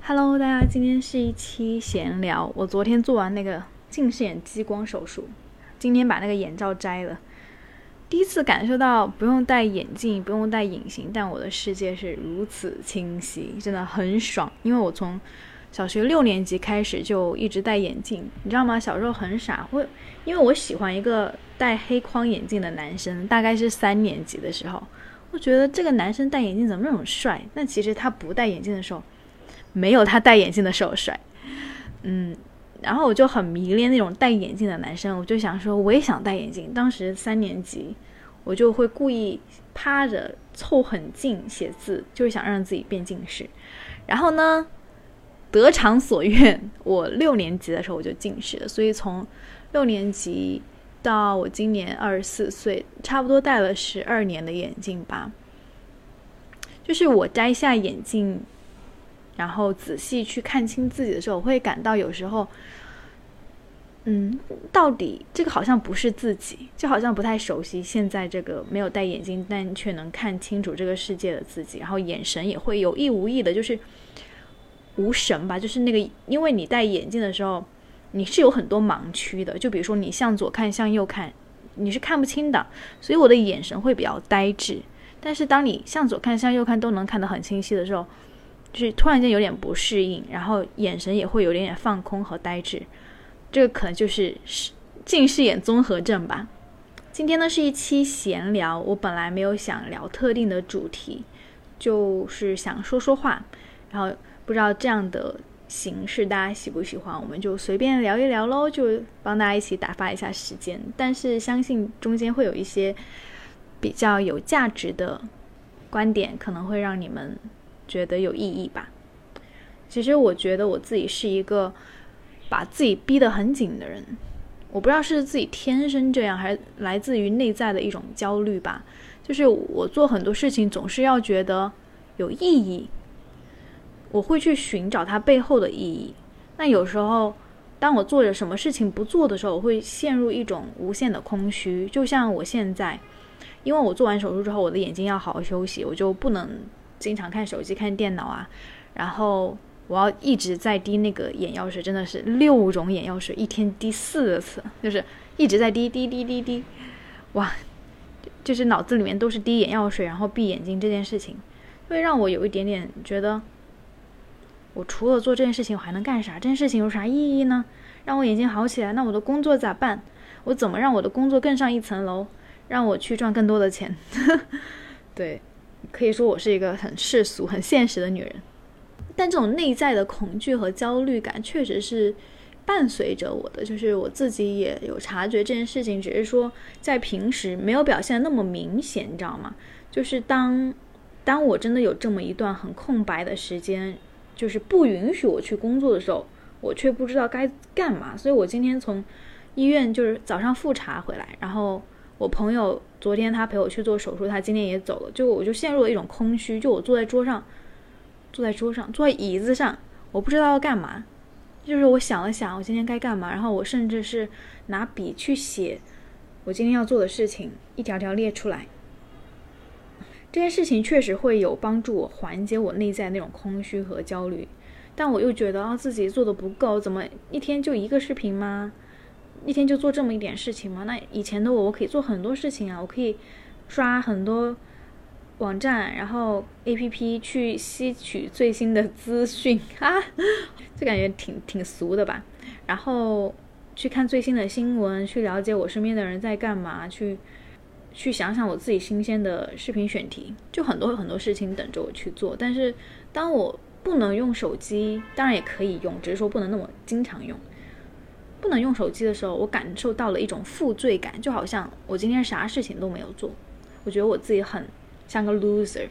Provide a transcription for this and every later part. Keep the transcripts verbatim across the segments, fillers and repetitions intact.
Hello，大家，今天是一期闲聊。我昨天做完那个近视眼激光手术，今天把那个眼罩摘了。第一次感受到不用戴眼镜，不用戴隐形，但我的世界是如此清晰，真的很爽。因为我从小学六年级开始就一直戴眼镜，你知道吗？小时候很傻，会因为我喜欢一个戴黑框眼镜的男生，大概是三年级的时候，我觉得这个男生戴眼镜怎么那么帅？但其实他不戴眼镜的时候，没有他戴眼镜的时候帅。嗯，然后我就很迷恋那种戴眼镜的男生，我就想说我也想戴眼镜。当时三年级，我就会故意趴着凑很近写字，就是想让自己变近视。然后呢，得偿所愿，我六年级的时候我就近视了，所以从六年级到我今年二十四岁，差不多戴了十二年的眼镜吧。就是我摘下眼镜，然后仔细去看清自己的时候，我会感到有时候嗯，到底这个好像不是自己，就好像不太熟悉现在这个没有戴眼镜但却能看清楚这个世界的自己，然后眼神也会有意无意的就是无神吧，就是那个，因为你戴眼镜的时候你是有很多盲区的，就比如说你向左看向右看你是看不清的，所以我的眼神会比较呆滞。但是当你向左看向右看都能看得很清晰的时候，就是突然间有点不适应，然后眼神也会有点点放空和呆滞，这个可能就是近视眼综合症吧。今天呢是一期闲聊，我本来没有想聊特定的主题，就是想说说话，然后不知道这样的形式大家喜不喜欢，我们就随便聊一聊咯，就帮大家一起打发一下时间。但是相信中间会有一些比较有价值的观点，可能会让你们觉得有意义吧。其实我觉得我自己是一个把自己逼得很紧的人，我不知道是自己天生这样，还是来自于内在的一种焦虑吧。就是我做很多事情总是要觉得有意义，我会去寻找它背后的意义。那有时候当我做着什么事情不做的时候，我会陷入一种无限的空虚。就像我现在，因为我做完手术之后我的眼睛要好好休息，我就不能经常看手机看电脑啊，然后我要一直在滴那个眼药水，真的是六种眼药水，一天滴四次，就是一直在滴滴滴滴滴，哇，就是脑子里面都是滴眼药水然后闭眼睛这件事情，会让我有一点点觉得我除了做这件事情我还能干啥？这件事情有啥意义呢？让我眼睛好起来，那我的工作咋办？我怎么让我的工作更上一层楼，让我去赚更多的钱？对，可以说我是一个很世俗很现实的女人，但这种内在的恐惧和焦虑感确实是伴随着我的，就是我自己也有察觉这件事情，只是说在平时没有表现那么明显，你知道吗？就是当当我真的有这么一段很空白的时间，就是不允许我去工作的时候，我却不知道该干嘛。所以我今天从医院就是早上复查回来，然后我朋友昨天他陪我去做手术，他今天也走了，就我就陷入了一种空虚，就我坐在桌上坐在桌上坐在椅子上，我不知道要干嘛。就是我想了想我今天该干嘛，然后我甚至是拿笔去写我今天要做的事情，一条条列出来。这件事情确实会有帮助我缓解我内在那种空虚和焦虑，但我又觉得啊自己做的不够，怎么一天就一个视频吗？一天就做这么一点事情吗？那以前的我我可以做很多事情啊，我可以刷很多网站，然后 A P P 去吸取最新的资讯啊，就感觉挺挺俗的吧。然后去看最新的新闻，去了解我身边的人在干嘛，去去想想我自己新鲜的视频选题，就很多很多事情等着我去做。但是当我不能用手机，当然也可以用，只是说不能那么经常用。不能用手机的时候，我感受到了一种负罪感，就好像我今天啥事情都没有做，我觉得我自己很像个 loser。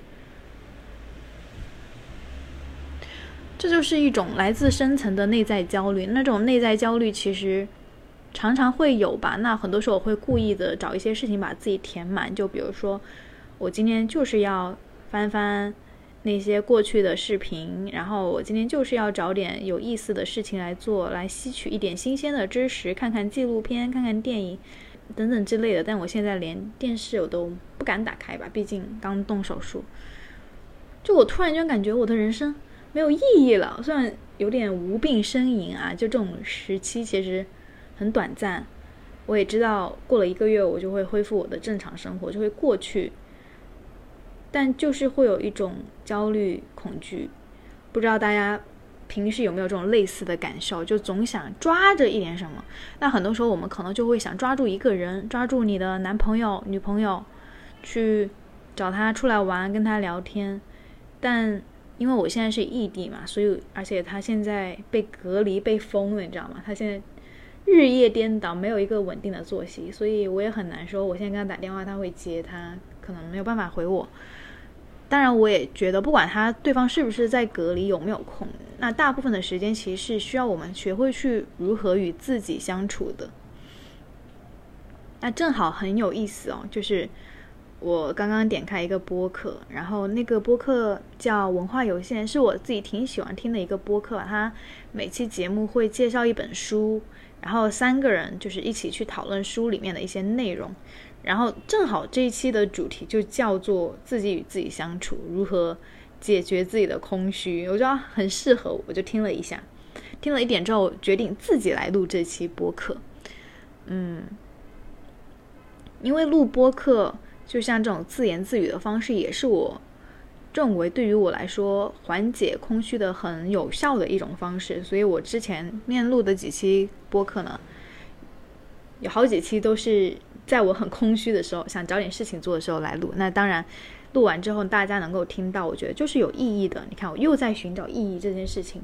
这就是一种来自深层的内在焦虑。那种内在焦虑其实常常会有吧，那很多时候我会故意的找一些事情把自己填满，就比如说我今天就是要翻翻那些过去的视频，然后我今天就是要找点有意思的事情来做，来吸取一点新鲜的知识，看看纪录片，看看电影等等之类的。但我现在连电视我都不敢打开吧，毕竟刚动手术。就我突然间感觉我的人生没有意义了，虽然有点无病呻吟啊，就这种时期其实很短暂。我也知道过了一个月我就会恢复我的正常生活，就会过去，但就是会有一种焦虑恐惧。不知道大家平时有没有这种类似的感受，就总想抓着一点什么。那很多时候我们可能就会想抓住一个人，抓住你的男朋友女朋友，去找他出来玩，跟他聊天。但因为我现在是异地嘛，所以而且他现在被隔离被封了，你知道吗？他现在日夜颠倒，没有一个稳定的作息，所以我也很难说我现在跟他打电话他会接，他可能没有办法回我。当然我也觉得不管他对方是不是在隔离有没有空，那大部分的时间其实是需要我们学会去如何与自己相处的。那正好很有意思哦，就是我刚刚点开一个播客，然后那个播客叫文化有限，是我自己挺喜欢听的一个播客。他每期节目会介绍一本书，然后三个人就是一起去讨论书里面的一些内容。然后正好这一期的主题就叫做自己与自己相处，如何解决自己的空虚。我觉得很适合我，我就听了一下，听了一点之后决定自己来录这期播客。嗯，因为录播客就像这种自言自语的方式，也是我认为对于我来说缓解空虚的很有效的一种方式。所以我之前面录的几期播客呢，有好几期都是在我很空虚的时候，想找点事情做的时候来录。那当然录完之后大家能够听到，我觉得就是有意义的。你看我又在寻找意义这件事情。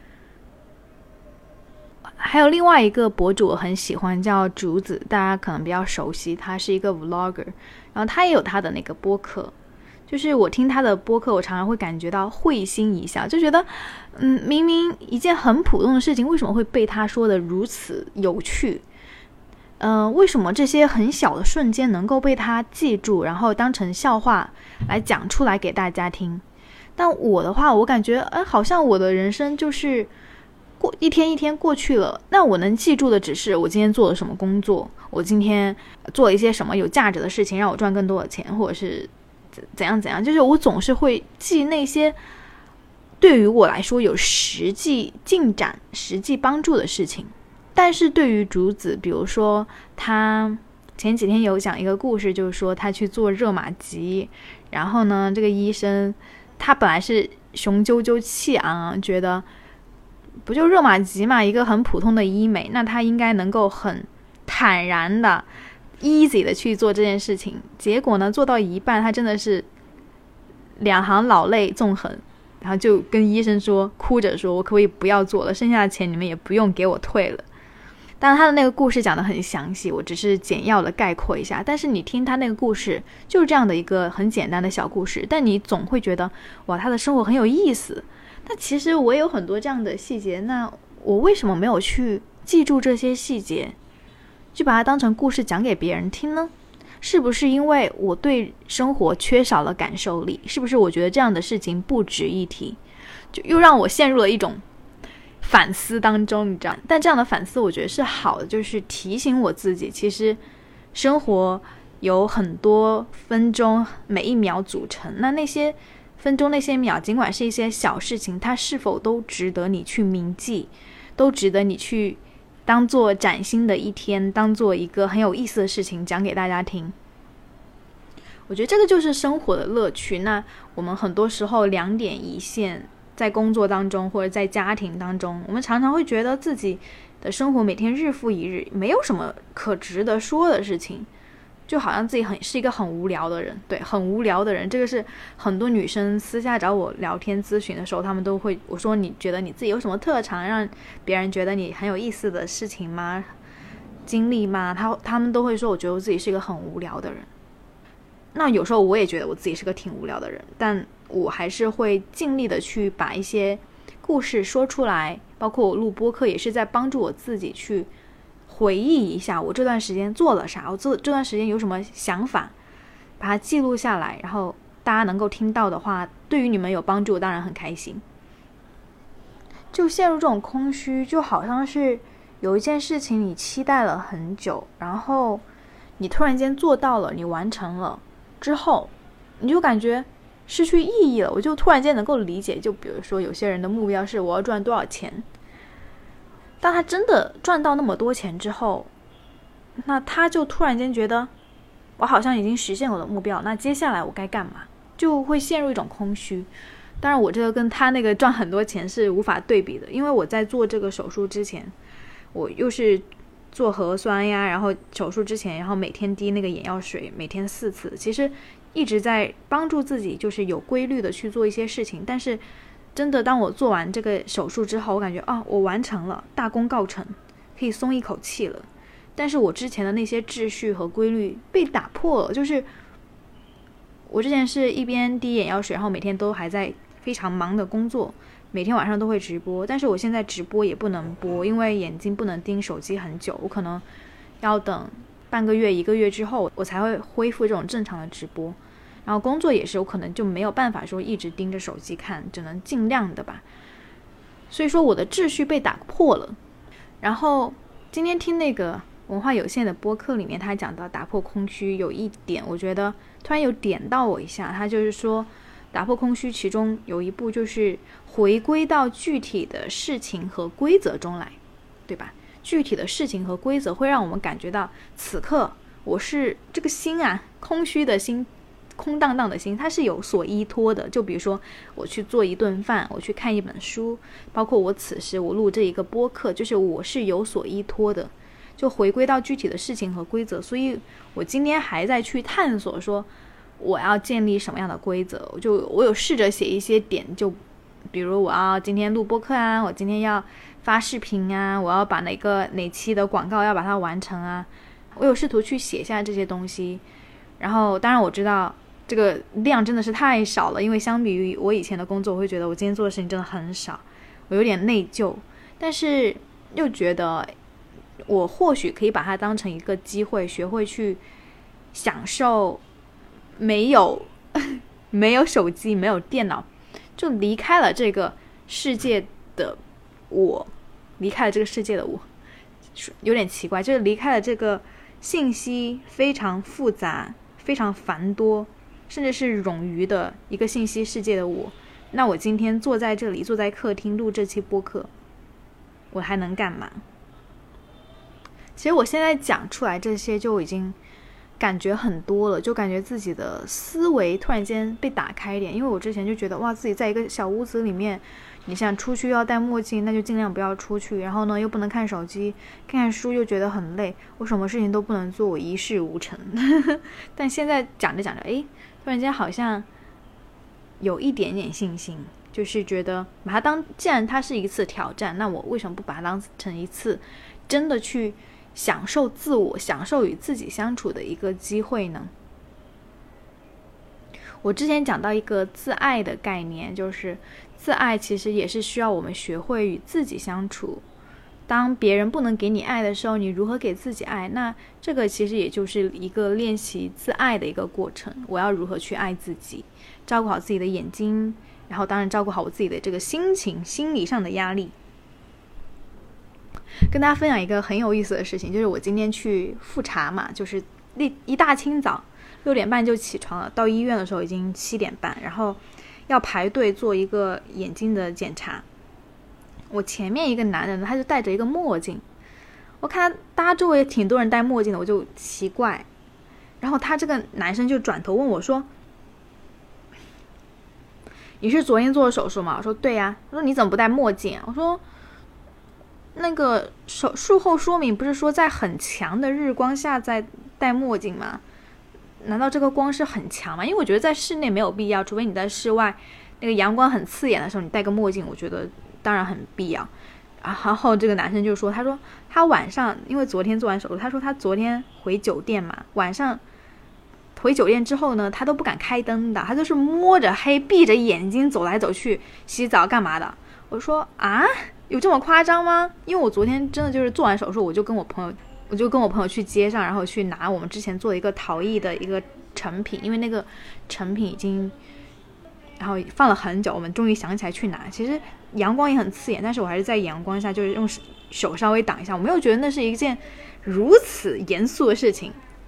还有另外一个博主我很喜欢，叫竹子，大家可能比较熟悉，他是一个 vlogger， 然后他也有他的那个播客。就是我听他的播客，我常常会感觉到会心一笑，就觉得嗯，明明一件很普通的事情，为什么会被他说的如此有趣？呃，为什么这些很小的瞬间能够被他记住，然后当成笑话来讲出来给大家听？但我的话，我感觉哎，好像我的人生就是过一天一天过去了，那我能记住的只是我今天做了什么工作，我今天做了一些什么有价值的事情，让我赚更多的钱，或者是怎样怎样。就是我总是会记那些对于我来说有实际进展、实际帮助的事情。但是对于竹子，比如说他前几天有讲一个故事，就是说他去做热玛吉，然后呢这个医生他本来是雄赳赳气昂昂，觉得不就热玛吉嘛，一个很普通的医美，那他应该能够很坦然的 easy 的去做这件事情。结果呢做到一半，他真的是两行老泪纵横，然后就跟医生说，哭着说，我可不可以不要做了，剩下的钱你们也不用给我退了。当然他的那个故事讲得很详细，我只是简要的概括一下。但是你听他那个故事就是这样的一个很简单的小故事，但你总会觉得哇，他的生活很有意思。但其实我也有很多这样的细节，那我为什么没有去记住这些细节，就把它当成故事讲给别人听呢？是不是因为我对生活缺少了感受力？是不是我觉得这样的事情不值一提？就又让我陷入了一种反思当中，你知道。但这样的反思我觉得是好的，就是提醒我自己，其实生活有很多分钟，每一秒组成，那那些分钟那些秒，尽管是一些小事情，它是否都值得你去铭记，都值得你去当做崭新的一天，当做一个很有意思的事情讲给大家听。我觉得这个就是生活的乐趣。那我们很多时候两点一线，在工作当中或者在家庭当中，我们常常会觉得自己的生活每天日复一日，没有什么可值得说的事情，就好像自己很是一个很无聊的人。对，很无聊的人，这个是很多女生私下找我聊天咨询的时候，他们都会，我说你觉得你自己有什么特长，让别人觉得你很有意思的事情吗？经历吗？他他们都会说，我觉得我自己是一个很无聊的人。那有时候我也觉得我自己是个挺无聊的人，但我还是会尽力的去把一些故事说出来，包括我录播客也是在帮助我自己去回忆一下我这段时间做了啥，我这这段时间有什么想法，把它记录下来，然后大家能够听到的话，对于你们有帮助，当然很开心。就陷入这种空虚，就好像是有一件事情你期待了很久，然后你突然间做到了，你完成了之后，你就感觉失去意义了。我就突然间能够理解，就比如说有些人的目标是我要赚多少钱，当他真的赚到那么多钱之后，那他就突然间觉得我好像已经实现我的目标，那接下来我该干嘛，就会陷入一种空虚。当然我这个跟他那个赚很多钱是无法对比的，因为我在做这个手术之前，我又是做核酸呀，然后手术之前，然后每天滴那个眼药水，每天四次，其实一直在帮助自己就是有规律的去做一些事情。但是真的当我做完这个手术之后，我感觉啊，我完成了，大功告成，可以松一口气了。但是我之前的那些秩序和规律被打破了，就是我之前是一边滴眼药水，然后每天都还在非常忙的工作，每天晚上都会直播，但是我现在直播也不能播，因为眼睛不能盯手机很久，我可能要等半个月一个月之后我才会恢复这种正常的直播。然后工作也是，我可能就没有办法说一直盯着手机看，只能尽量的吧。所以说我的秩序被打破了。然后今天听那个文化有限的播客里面，他讲到打破空虚，有一点我觉得突然有点到我一下，他就是说打破空虚其中有一步就是回归到具体的事情和规则中来，对吧？具体的事情和规则会让我们感觉到此刻我是这个心啊，空虚的心，空荡荡的心，它是有所依托的。就比如说我去做一顿饭，我去看一本书，包括我此时我录这一个播客，就是我是有所依托的，就回归到具体的事情和规则。所以我今天还在去探索说我要建立什么样的规则，就我有试着写一些点，就比如我要今天录播客啊，我今天要发视频啊，我要把哪个哪期的广告要把它完成啊，我有试图去写下这些东西。然后当然我知道这个量真的是太少了，因为相比于我以前的工作，我会觉得我今天做的事情真的很少，我有点内疚，但是又觉得我或许可以把它当成一个机会，学会去享受没有没有手机，没有电脑，就离开了这个世界的我，离开了这个世界的我，有点奇怪，就是离开了这个信息非常复杂、非常繁多，甚至是冗余的一个信息世界的我。那我今天坐在这里，坐在客厅录这期播客，我还能干嘛？其实我现在讲出来这些就已经感觉很多了，就感觉自己的思维突然间被打开一点。因为我之前就觉得哇，自己在一个小屋子里面，你想出去要戴墨镜，那就尽量不要出去，然后呢又不能看手机，看看书又觉得很累，我什么事情都不能做，我一事无成但现在讲着讲着，诶，突然间好像有一点点信心，就是觉得把它当，既然它是一次挑战，那我为什么不把它当成一次真的去享受自我、享受与自己相处的一个机会呢？我之前讲到一个自爱的概念，就是自爱其实也是需要我们学会与自己相处。当别人不能给你爱的时候，你如何给自己爱？那这个其实也就是一个练习自爱的一个过程。我要如何去爱自己，照顾好自己的眼睛，然后当然照顾好我自己的这个心情、心理上的压力。跟大家分享一个很有意思的事情，就是我今天去复查嘛，就是一大清早六点半就起床了，到医院的时候已经七点半，然后要排队做一个眼睛的检查。我前面一个男人他就戴着一个墨镜，我看他大家周围挺多人戴墨镜的，我就奇怪，然后他这个男生就转头问我说，你是昨天做的手术吗？我说对呀。他说你怎么不戴墨镜啊？我说那个手术后说明不是说在很强的日光下再戴墨镜吗？难道这个光是很强吗？因为我觉得在室内没有必要，除非你在室外那个阳光很刺眼的时候你戴个墨镜，我觉得当然很必要。然后这个男生就说，他说他晚上因为昨天做完手术，他说他昨天回酒店嘛，晚上回酒店之后呢，他都不敢开灯的，他就是摸着黑闭着眼睛走来走去，洗澡干嘛的。我说啊，有这么夸张吗？因为我昨天真的就是做完手术，我就跟我朋友我就跟我朋友去街上，然后去拿我们之前做的一个陶艺的一个成品，因为那个成品已经然后放了很久，我们终于想起来去拿。其实阳光也很刺眼，但是我还是在阳光下就是用手稍微挡一下，我没有觉得那是一件如此严肃的事情。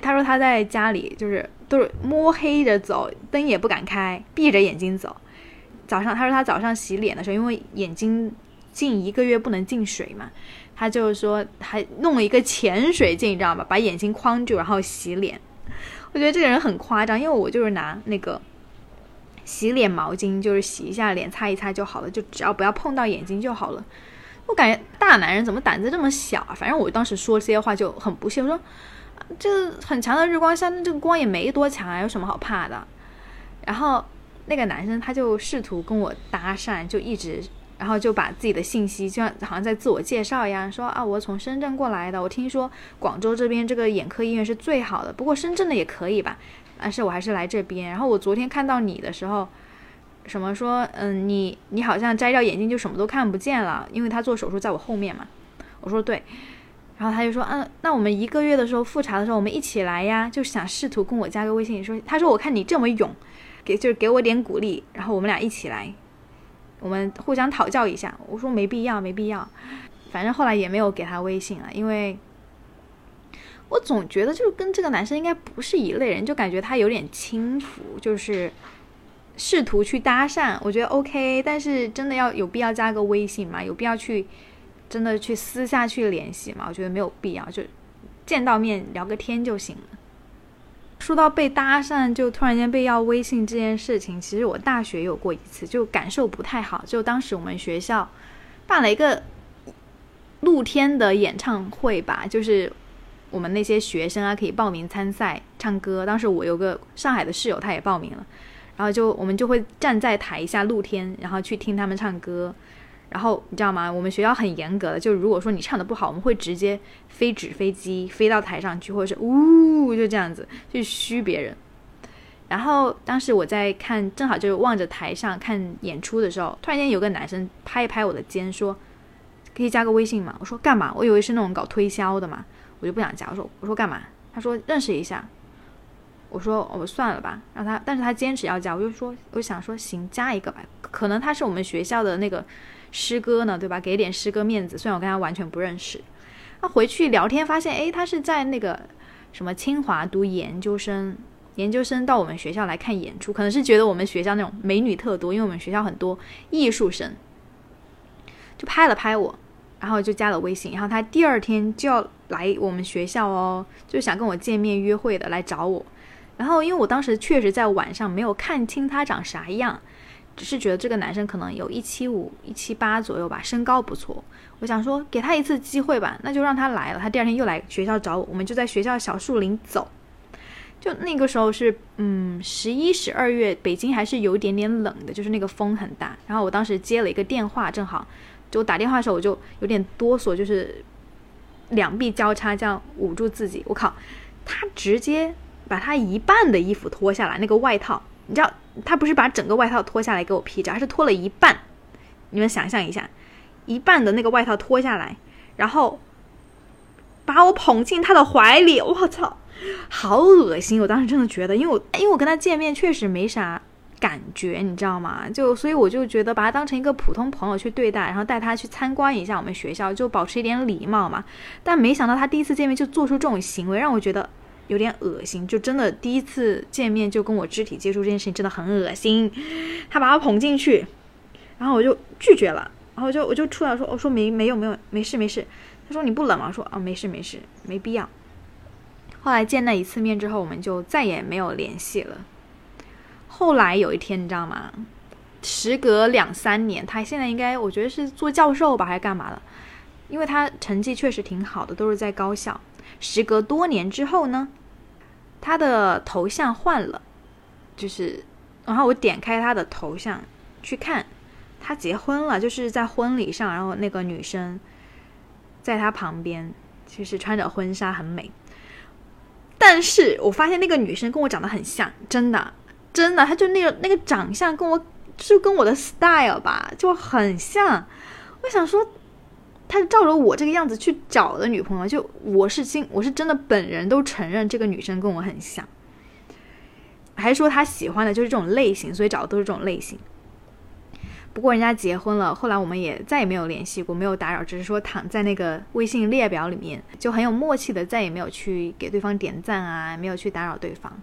他说他在家里就是都是摸黑着走，灯也不敢开，闭着眼睛走。早上他说他早上洗脸的时候，因为眼睛近一个月不能进水嘛，他就是说还弄了一个潜水镜，你知道吗？把眼睛框住然后洗脸。我觉得这个人很夸张，因为我就是拿那个洗脸毛巾，就是洗一下脸擦一擦就好了，就只要不要碰到眼睛就好了。我感觉大男人怎么胆子这么小啊？反正我当时说这些话就很不屑，我说这很强的日光下，那这个光也没多强啊，有什么好怕的？然后那个男生他就试图跟我搭讪，就一直然后就把自己的信息就像好像在自我介绍一样，说啊我从深圳过来的，我听说广州这边这个眼科医院是最好的，不过深圳的也可以吧，但是我还是来这边。然后我昨天看到你的时候什么说嗯你你好像摘掉眼镜就什么都看不见了，因为他做手术在我后面嘛。我说对，然后他就说嗯那我们一个月的时候复查的时候我们一起来呀，就想试图跟我加个微信，说他说我看你这么勇，给就是给我点鼓励，然后我们俩一起来，我们互相讨教一下。我说没必要没必要，反正后来也没有给他微信了，因为我总觉得就是跟这个男生应该不是一类人，就感觉他有点轻浮，就是试图去搭讪，我觉得 OK， 但是真的要有必要加个微信吗？有必要去真的去私下去联系吗？我觉得没有必要，就见到面聊个天就行了。说到被搭讪就突然间被要微信这件事情，其实我大学有过一次，就感受不太好。就当时我们学校办了一个露天的演唱会吧，就是我们那些学生啊可以报名参赛唱歌，当时我有个上海的室友他也报名了，然后就我们就会站在台下露天，然后去听他们唱歌。然后你知道吗，我们学校很严格的，就如果说你唱的不好，我们会直接飞纸飞机飞到台上去，或者是呜就这样子去嘘别人。然后当时我在看，正好就是望着台上看演出的时候，突然间有个男生拍一拍我的肩说可以加个微信吗？我说干嘛？我以为是那种搞推销的嘛，我就不想加。我说我说干嘛？他说认识一下。我说我、哦、算了吧，让他，但是他坚持要加，我就说我想说行加一个吧，可能他是我们学校的那个师哥呢，对吧？给点师哥面子，虽然我跟他完全不认识。他回去聊天发现，诶，他是在那个什么清华读研究生，研究生到我们学校来看演出，可能是觉得我们学校那种美女特多，因为我们学校很多艺术生，就拍了拍我，然后就加了微信。然后他第二天就要来我们学校哦，就想跟我见面约会的，来找我。然后因为我当时确实在晚上没有看清他长啥样，只是觉得这个男生可能有一七五一七八左右吧，身高不错，我想说给他一次机会吧，那就让他来了。他第二天又来学校找我，我们就在学校小树林走。就那个时候是嗯十一十二月，北京还是有一点点冷的，就是那个风很大。然后我当时接了一个电话，正好就打电话的时候我就有点哆嗦，就是两臂交叉这样捂住自己。我靠，他直接把他一半的衣服脱下来，那个外套，你知道他不是把整个外套脱下来给我披着，他是脱了一半。你们想象一下，一半的那个外套脱下来，然后把我捧进他的怀里，我操，好恶心！我当时真的觉得，因为我因为我跟他见面确实没啥感觉，你知道吗？就所以我就觉得把他当成一个普通朋友去对待，然后带他去参观一下我们学校，就保持一点礼貌嘛。但没想到他第一次见面就做出这种行为，让我觉得有点恶心。就真的第一次见面就跟我肢体接触这件事情真的很恶心。他把我捧进去，然后我就拒绝了，然后我就我就出来说，我说没没有没有没事没事。他说你不冷吗？我说啊没事没事，没必要。后来见那一次面之后，我们就再也没有联系了。后来有一天你知道吗，时隔两三年，他现在应该我觉得是做教授吧还是干嘛的，因为他成绩确实挺好的，都是在高校。时隔多年之后呢，他的头像换了，就是然后我点开他的头像去看，他结婚了，就是在婚礼上，然后那个女生在他旁边，就是穿着婚纱很美。但是我发现那个女生跟我长得很像，真的真的，她就那个那个长相跟我就跟我的 style 吧，就很像。我想说他是照着我这个样子去找的女朋友，就我是真我是真的本人都承认这个女生跟我很像，还说他喜欢的就是这种类型，所以找的都是这种类型。 不过人家结婚了，后来我们也再也没有联系过，没有打扰，只是说躺在那个微信列表里面，就很有默契的再也没有去给对方点赞啊，没有去打扰对方。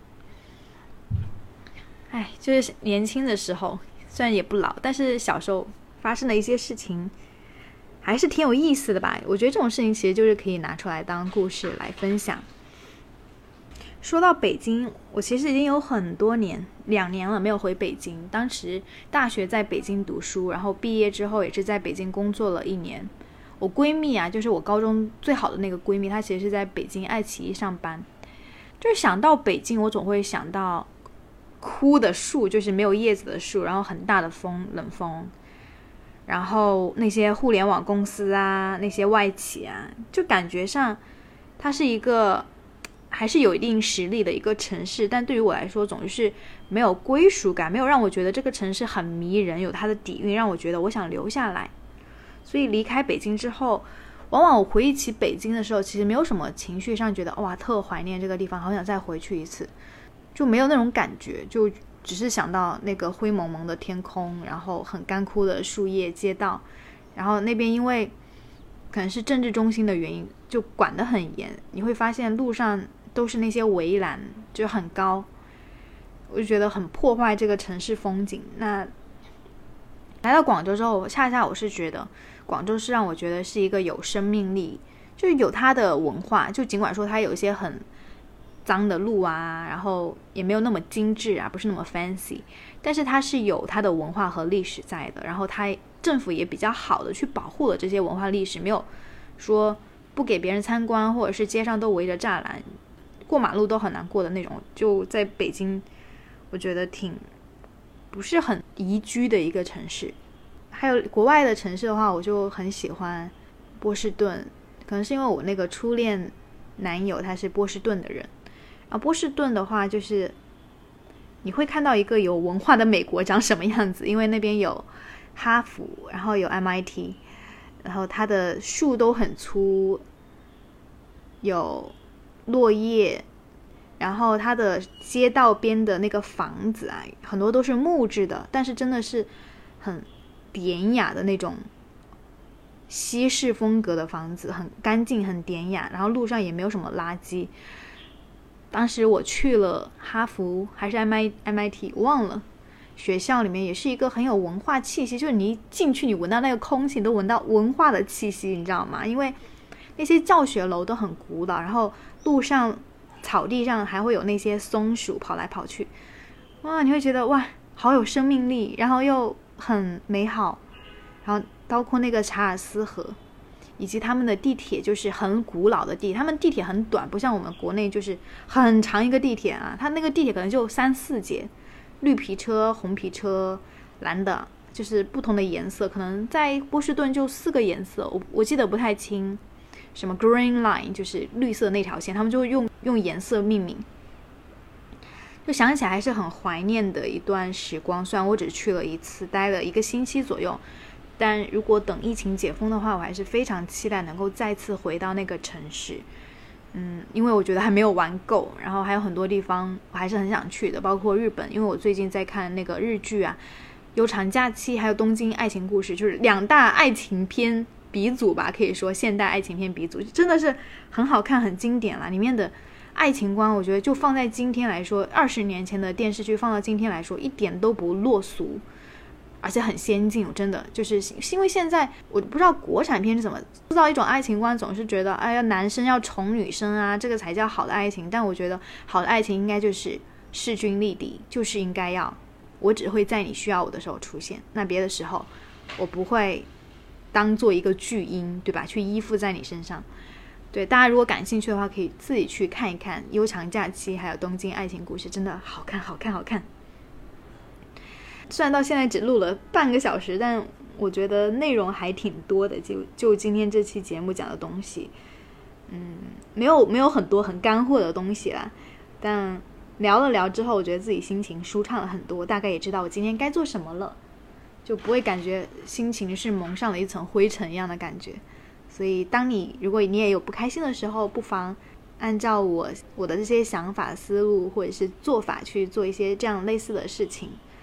哎，就是年轻的时候，虽然也不老，但是小时候发生的一些事情还是挺有意思的吧。我觉得这种事情其实就是可以拿出来当故事来分享。说到北京，我其实已经有很多年两年了没有回北京。当时大学在北京读书，然后毕业之后也是在北京工作了一年。我闺蜜啊，就是我高中最好的那个闺蜜，她其实是在北京爱奇艺上班。就是想到北京，我总会想到枯的树，就是没有叶子的树，然后很大的风，冷风，然后那些互联网公司啊，那些外企啊，就感觉上它是一个还是有一定实力的一个城市，但对于我来说总是没有归属感，没有让我觉得这个城市很迷人，有它的底蕴，让我觉得我想留下来。所以离开北京之后，往往我回忆起北京的时候，其实没有什么情绪上觉得哇特怀念这个地方，好想再回去一次，就没有那种感觉，就只是想到那个灰蒙蒙的天空，然后很干枯的树叶街道，然后那边因为可能是政治中心的原因就管得很严，你会发现路上都是那些围栏，就很高，我就觉得很破坏这个城市风景。那来到广州之后，恰恰我是觉得广州是让我觉得是一个有生命力，就是有它的文化，就尽管说它有一些很脏的路啊，然后也没有那么精致啊，不是那么 fancy， 但是它是有它的文化和历史在的，然后它政府也比较好的去保护了这些文化历史，没有说不给别人参观，或者是街上都围着栅栏，过马路都很难过的那种。就在北京我觉得挺不是很宜居的一个城市。还有国外的城市的话，我就很喜欢波士顿，可能是因为我那个初恋男友他是波士顿的人。然后波士顿的话，就是你会看到一个有文化的美国长什么样子，因为那边有哈佛，然后有 M I T， 然后它的树都很粗，有落叶，然后它的街道边的那个房子啊，很多都是木质的，但是真的是很典雅的那种西式风格的房子，很干净很典雅，然后路上也没有什么垃圾。当时我去了哈佛还是 M I T 我忘了，学校里面也是一个很有文化气息，就是你一进去你闻到那个空气，你都闻到文化的气息，你知道吗？因为那些教学楼都很古老，然后路上草地上还会有那些松鼠跑来跑去，哇，你会觉得哇好有生命力，然后又很美好。然后包括那个查尔斯河，以及他们的地铁就是很古老的地，他们地铁很短，不像我们国内就是很长一个地铁啊，他那个地铁可能就三四节，绿皮车、红皮车、蓝的，就是不同的颜色，可能在波士顿就四个颜色，我我记得不太清，什么 Green Line 就是绿色那条线，他们就用用颜色命名，就想起来还是很怀念的一段时光。虽然我只去了一次，待了一个星期左右，但如果等疫情解封的话，我还是非常期待能够再次回到那个城市。嗯，因为我觉得还没有玩够，然后还有很多地方我还是很想去的，包括日本，因为我最近在看那个日剧啊，悠长假期还有东京爱情故事，就是两大爱情片鼻祖吧，可以说现代爱情片鼻祖，真的是很好看很经典啦。里面的爱情观我觉得就放在今天来说，二十年前的电视剧放到今天来说一点都不落俗，而且很先进。我真的就是因为现在我不知道国产片是怎么制造一种爱情观，总是觉得哎呀男生要宠女生啊，这个才叫好的爱情。但我觉得好的爱情应该就是势均力敌，就是应该要我只会在你需要我的时候出现，那别的时候我不会当做一个巨婴，对吧，去依附在你身上。对，大家如果感兴趣的话可以自己去看一看悠长假期还有东京爱情故事，真的好看好看好看。虽然到现在只录了半个小时，但我觉得内容还挺多的，就就今天这期节目讲的东西，嗯，没有没有很多很干货的东西啦，但聊了聊之后，我觉得自己心情舒畅了很多，大概也知道我今天该做什么了，就不会感觉心情是蒙上了一层灰尘一样的感觉。所以当你如果你也有不开心的时候，不妨按照我我的这些想法思路或者是做法去做一些这样类似的事情，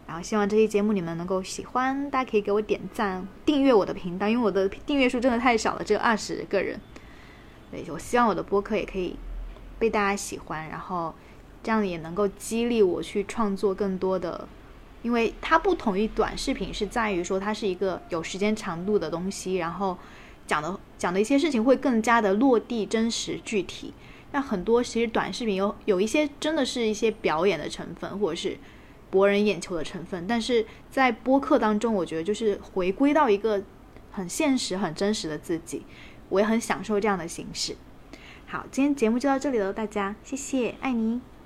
然后希望这期节目你们能够喜欢，大家可以给我点赞，订阅我的频道，因为我的订阅数真的太少了，只有二十个人。对，我希望我的播客也可以被大家喜欢，然后这样也能够激励我去创作更多的，因为它不同于短视频是在于说它是一个有时间长度的东西，然后讲的讲的一些事情会更加的落地、真实、具体。那很多其实短视频有有一些真的是一些表演的成分，或者是博人眼球的成分，但是在播客当中，我觉得就是回归到一个很现实、很真实的自己，我也很享受这样的形式。好，今天节目就到这里了，大家谢谢，爱你。